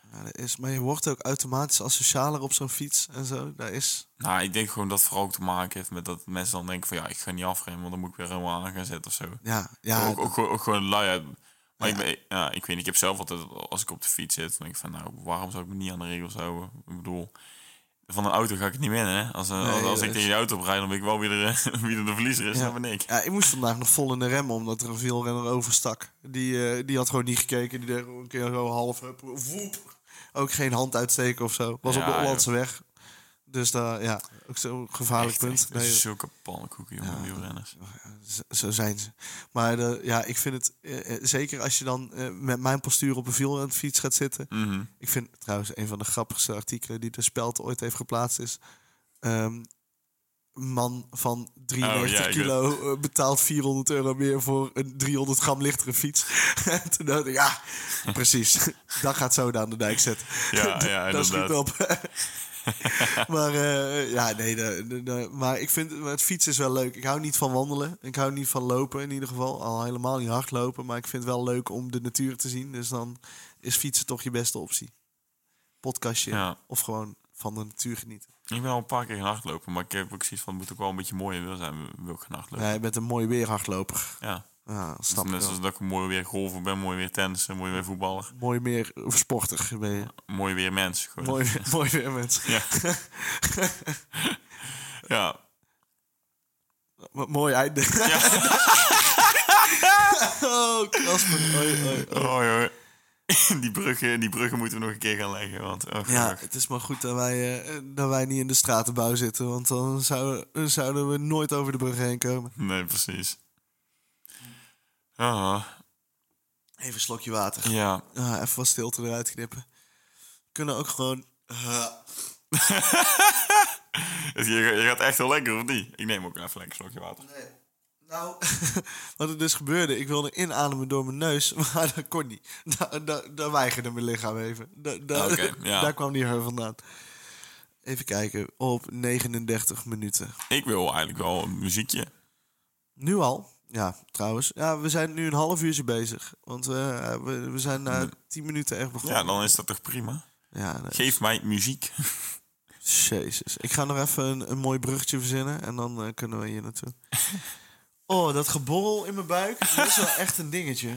Ja, dat is, maar je wordt ook automatisch asocialer op zo'n fiets en zo. Dat is... Nou, ik denk gewoon dat het vooral ook te maken heeft met dat mensen dan denken van... ja, ik ga niet afremmen, want dan moet ik weer helemaal aan gaan zetten of zo. Ja, ja. ook, ook, gewoon- ook gewoon lui uit. Maar Ja. ik, ben, ja, ik weet niet, ik heb zelf altijd, als ik op de fiets zit... dan denk ik van, nou, waarom zou ik me niet aan de regels houden? Ik bedoel, van een auto ga ik het niet winnen, hè? Als, eh, Nee, als, als dat ik is- tegen die auto oprijd, dan ben ik wel weer de, wie er de verliezer is. Ja. Dat ben ik. Ja, ik moest vandaag nog vol in de remmen omdat er een wielrenner overstak. Die, eh, die had gewoon niet gekeken. Die deed gewoon een keer zo half... Hup, voep. Ook geen hand uitsteken of zo. Was Ja, op de Hollandse joh. weg. Dus daar, ja, ook zo'n gevaarlijk Echt, punt. echt, Nee, zulke pannenkoeken, jongen, Ja. wielrenners. zo, zo zijn ze. Maar de, ja, ik vind het... eh, eh, zeker als je dan eh, met mijn postuur op een wielrenfiets gaat zitten. Mhm. Ik vind trouwens een van de grappigste artikelen die de Speld ooit heeft geplaatst is... ehm, man van drieënnegentig Oh, ja, ik kilo eh, betaalt vierhonderd euro meer voor een driehonderd gram lichtere fiets. En toen dacht ik, ja, precies. Dat gaat zo aan de dijk zetten. Ja, ja, Dat schiet inderdaad. op. Maar eh, ja, nee, de, de, de- maar ik vind het fietsen is wel leuk. Ik hou niet van wandelen. Ik hou niet van lopen in ieder geval. Al helemaal niet hardlopen. Maar ik vind het wel leuk om de natuur te zien. Dus dan is fietsen toch je beste optie. Podcastje Ja. of gewoon van de natuur genieten. Ik ben al een paar keer gaan hardlopen, maar ik heb ook zoiets van... het moet ook wel een beetje mooi weer zijn, wil ik gaan hardlopen. Ja, je bent een mooi weer hardloper. Ja, Ja, dat dus snap ik net wel. zoals dat ik mooi weer golven ben, mooi weer tennissen, mooi weer voetballer. Mooi meer sportig ben je. Mooi weer mens. Gewoon. Mooi, mooi weer mensen. Ja. Ja. Wat mooi einde. Oh, Kasper. Oi, oi, oi. Oh, joh. Die bruggen, die bruggen moeten we nog een keer gaan leggen. Want, oh, Ja, fuck. het is maar goed dat wij, eh, dat wij niet in de stratenbouw zitten. Want dan zouden, dan zouden we nooit over de brug heen komen. Nee, precies. Ah, Even een slokje water. ja. Ah, even wat stilte eruit knippen. We kunnen ook gewoon... ah, Je, je gaat echt heel lekker, of niet? Ik neem ook even lekker een slokje water. Nou, wat er dus gebeurde, ik wilde inademen door mijn neus, maar dat kon niet. Daar, daar, daar weigerde mijn lichaam even. Daar, daar, Oké, ja. daar kwam die her vandaan. Even kijken, op negenendertig minuten. Ik wil eigenlijk wel een muziekje. Nu al? Ja, trouwens. Ja, we zijn nu een half uurtje bezig. Want uh, we, we zijn na tien minuten echt begonnen. Ja, dan is dat toch prima? Ja, nee. Geef mij muziek. Jezus. Ik ga nog even een, een mooi bruggetje verzinnen en dan uh, kunnen we hier naartoe. Oh, dat geborrel in mijn buik, dat is wel echt een dingetje.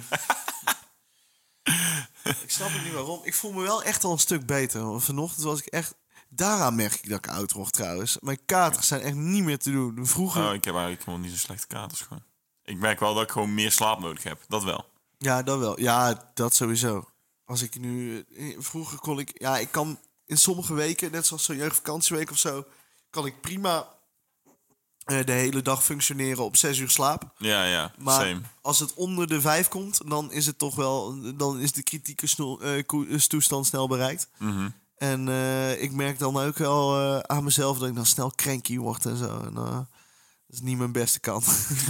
Ik snap het niet waarom. Ik voel me wel echt al een stuk beter. Want vanochtend was ik echt... Daaraan merk ik dat ik oud word trouwens. Mijn katers zijn echt niet meer te doen. Vroeger... Oh, ik heb eigenlijk gewoon niet zo slechte katers gewoon. Ik merk wel dat ik gewoon meer slaap nodig heb. Dat wel. Ja, dat wel. Ja, dat sowieso. Als ik nu... eh, Vroeger kon ik... Ja, ik kan in sommige weken, net zoals zo'n jeugdvakantieweek of zo... kan ik prima eh, de hele dag functioneren op zes uur slaap. Ja, ja. Maar Same. als het onder de vijf komt, dan is het toch wel... Dan is de kritieke snel, eh, koe- toestand snel bereikt. Mhm. En eh, ik merk dan ook wel eh, aan mezelf dat ik dan snel cranky word en zo. En, eh, dat is niet mijn beste kant.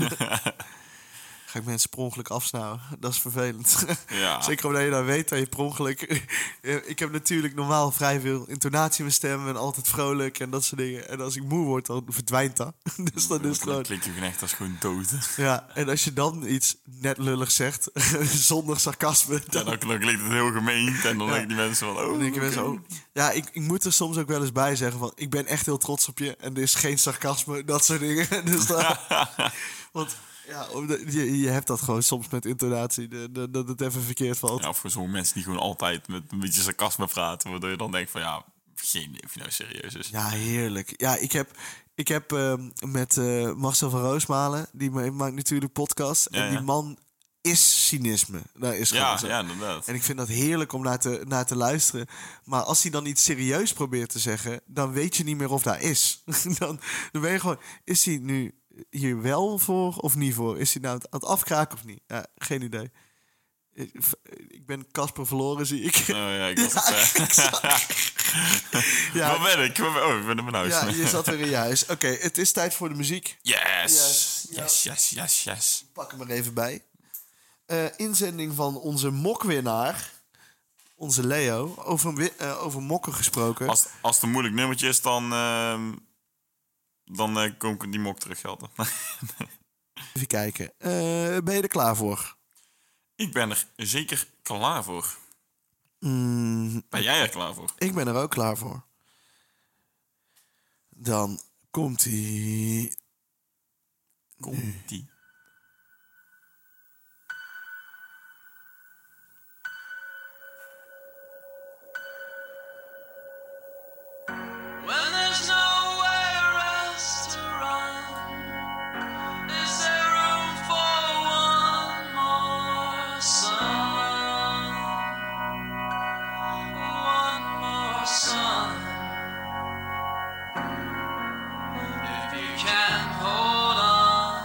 Ga ik mensen per ongeluk afsnauwen. Dat is vervelend. Ja. Zeker omdat je dan weet dat je per ongeluk... Ik heb natuurlijk normaal vrij veel intonatie in mijn stem... en altijd vrolijk en dat soort dingen. En als ik moe word, dan verdwijnt dat. Dus dan is het Dan gewoon... klinkt je gewoon echt als gewoon dood. Ja, en als je dan iets net lullig zegt, zonder sarcasme... Ja, Dan, dan, dan klinkt het heel gemeen. En dan Ja. denken die mensen van... Oh, dan denken mensen, oké. oh... Ja, ik, ik moet er soms ook wel eens bij zeggen van... ik ben echt heel trots op je en er is geen sarcasme, dat soort dingen. Dus dan, want ja, omdat- je, je hebt dat gewoon soms met intonatie, de, de, dat het even verkeerd valt. Ja, of voor sommige mensen die gewoon altijd met een beetje sarcasme praten. Waardoor je dan denkt van ja, geen idee of je nou serieus is. Ja, heerlijk. Ja, ik heb, ik heb ehm, met eh, Marcel van Roosmalen, die ma- maakt natuurlijk podcast. Ja, en die ja. man is cynisme. Dat is gewoon Ja, zo. ja, inderdaad. En ik vind dat heerlijk om naar te, naar te luisteren. Maar als hij dan iets serieus probeert te zeggen... dan weet je niet meer of dat is. dan, dan ben je gewoon... Is hij nu hier wel voor of niet voor? Is hij nou aan het afkraken of niet? Ja, geen idee. Ik ik ben Casper verloren, zie ik. Oh ja, ik was het. Ja, Waar ben ik? Waar ben- Oh, ik ben in mijn huis. ja, je zat weer in je huis. Oké, het is tijd voor de muziek. Yes! Yes, ja. Yes, yes, yes, yes. Pak hem er even bij. Eh, inzending van onze mokwinnaar. Onze Leo. Over, wi- eh, over mokken gesproken. Als, als het een moeilijk nummertje is, dan, ehm, dan eh, kom ik die mok teruggelden. Even kijken. Eh, ben je er klaar voor? Ik ben er zeker klaar voor. Mm, Ben jij er klaar voor? ik ben er ook klaar voor. Dan komt hij. Komt-ie. When there's nowhere else to run, is there room for one more sun? One more sun. If you can hold on,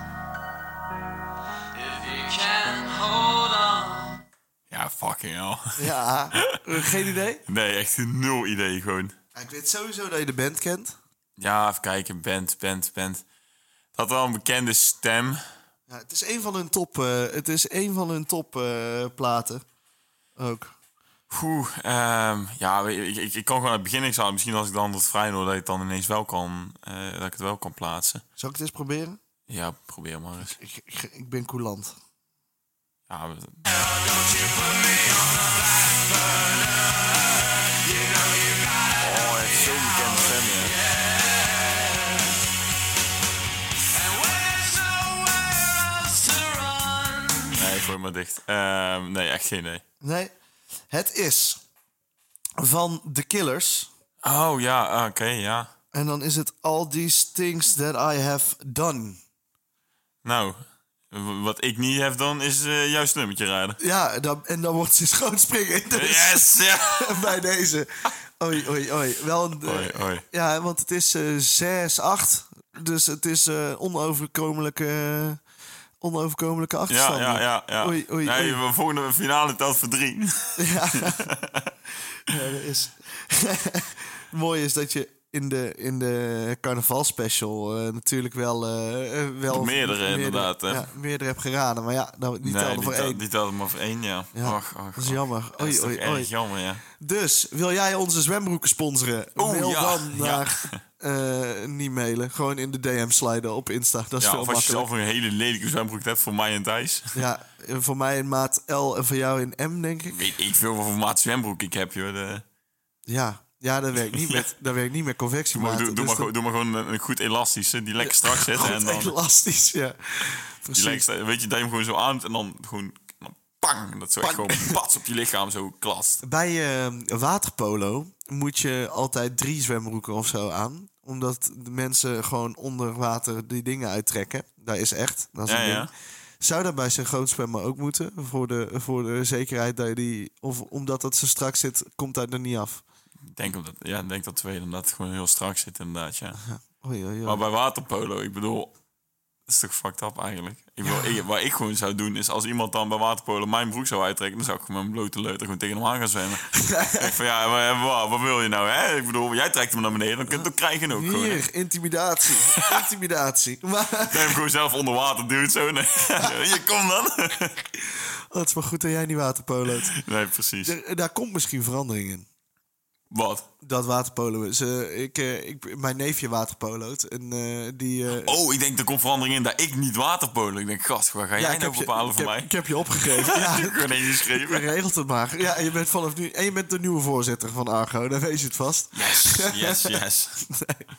if you can hold on. Ja, fucking hell. Ja, uh, geen idee? Nee, echt nul idee gewoon. Ja, ik weet sowieso dat je de band kent. Ja, even kijken. Band, band, band. Het had wel een bekende stem. Ja, het is een van hun top, uh, het is een van hun top uh, platen. Ook. Oeh, um, ja, ik, ik, ik kan gewoon aan het begin niks aan. Misschien als ik dan wat vrij hoor, dat ik het dan ineens wel kan, uh, dat ik het wel kan plaatsen. Zal ik het eens proberen? Ja, probeer maar eens. Ik, ik, ik ben coulant. Ja, we- oh, hij heeft zo'n bekende stem, ja. Nee, gooi maar dicht. Um, nee, echt geen idee. Nee, het is van The Killers. Oh, ja, oké, okay, ja. En dan is het All These Things That I Have Done. Nou, w- wat ik niet heb dan is uh, juist nummertje raden. Ja, dan, en dan wordt ze schoonspringen. Dus Yes, ja. bij deze. Oei, oei, oei. Wel een, uh, Oei, oei. Ja, want het is uh, zes acht. Dus het is uh, onoverkomelijke, onoverkomelijke Ja, achterstand. ja, ja. ja. Oei, oei, nee, oei. de volgende finale telt voor drie. Ja. Ja, dat is... Mooi is dat je in de, in de carnavalspecial uh, natuurlijk wel... Uh, wel Meerdere, inderdaad, hè? Ja, meerdere heb geraden. Maar ja, nou, die Nee, telde die voor tel- één. Die telde maar voor één, ja. Ja, Och, och, dat is och. jammer. Dat Oei, is toch oei, erg oei. jammer, ja. Dus, wil jij onze zwembroeken sponsoren? Oeh, Mail ja, dan ja. naar... Uh, niet mailen, gewoon in de D M sliden op Insta. Dat is Ja, veel of als je makkelijker. zelf een hele lelijke zwembroek hebt voor mij en Thijs. Ja, voor mij in maat L en voor jou in M, denk ik. Weet ik veel wat voor maat zwembroek ik heb, joh. De... Ja, ja dat werkt niet met, dat werkt niet met Doe, maar, convectiematen. doe, doe, maar, gewoon- doe maar gewoon een, een goed elastische, die lekker strak zit. En dan, elastisch, ja. die Precies. lekker, sta- weet je, dat je hem gewoon zo aan en dan gewoon... Dan pang, dat zo echt Pang. gewoon pats op je lichaam zo klast. Bij uh, waterpolo moet je altijd drie zwembroeken of zo aan. Omdat de mensen gewoon onder water die dingen uittrekken. Dat is echt, dat is Ja, een ding. ja. Zou dat bij zijn grootzwemmen ook moeten? Voor de, voor de zekerheid dat je die... Of omdat dat zo strak zit, komt dat er niet af? Ik denk, omdat, ja, ik denk dat tweede omdat het gewoon heel strak zit, inderdaad, ja. Oei, oei, oei. Maar bij waterpolo, ik bedoel... Dat is toch fucked up eigenlijk? Ik bedoel, ik, wat ik gewoon zou doen, is als iemand dan bij waterpolo mijn broek zou uittrekken... dan zou ik gewoon met mijn blote leuter gewoon tegen hem aan gaan zwemmen. Ik van, ja, maar, wat, wat wil je nou, hè? Ik bedoel, jij trekt hem naar beneden, dan kun je het ook krijgen ook gewoon. hè. Hier, intimidatie. intimidatie. Maar Dat je hem gewoon zelf onder water duwt, zo. Nee. Hier, kom dan. oh, het is maar goed dat jij niet waterpoloot. Nee, precies. Er- Daar komt misschien verandering in. Wat? Dat waterpolo. Ze, ik, eh, ik, mijn neefje waterpoloot. En eh, die... eh, Oh, ik denk er komt verandering in dat ik niet waterpolo. Ik denk, gast, wat ga jij ik nou heb je- bepalen ik voor heb- mij? Ik heb je opgegeven. Ja, Ik ben je ingeschreven. regelt het maar. Ja, en je bent vanaf nu... En je bent de nieuwe voorzitter van Argo. Dan weet je het vast. Yes, yes, yes. Nee.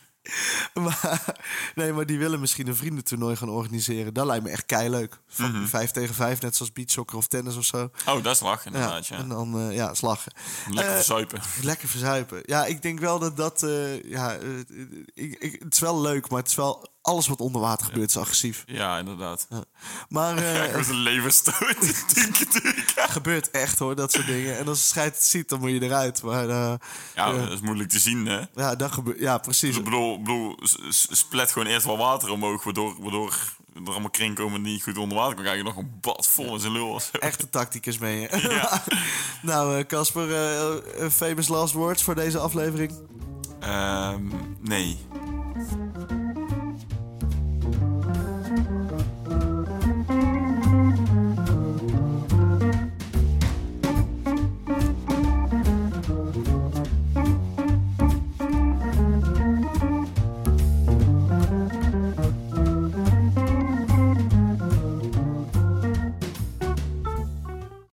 Maar, nee, maar die willen misschien een vriendentoernooi gaan organiseren. Dat lijkt me echt keileuk. Van Mhm. Vijf tegen vijf, net zoals beachsoccer of tennis of zo. Oh, dat is lachen, Ja, inderdaad, ja. en dan, eh, ja, slagen. Lekker Eh, verzuipen. Lekker verzuipen. Ja, ik denk wel dat dat... eh, ja, eh, ik, ik, het is wel leuk, maar het is wel... Alles wat onder water gebeurt is agressief. Ja, inderdaad. Maar eh, Dat is een levensstoot. Tunk, tunk. gebeurt echt hoor, dat soort dingen. En als de scheidt het ziet, dan moet je eruit. Maar eh, Ja, eh, dat is moeilijk te zien, hè? ja, dat gebeurt. Ja, precies. Dus ik bedoel, bedoel s- s- splet gewoon eerst wel water omhoog, waardoor, waardoor er allemaal kring komen die niet goed onder water kan kijken. Nog een bad vol in zijn lul of zo. Echte tacticus ben je. Nou, eh, Casper, eh, eh, famous last words voor deze aflevering? Ehm, nee.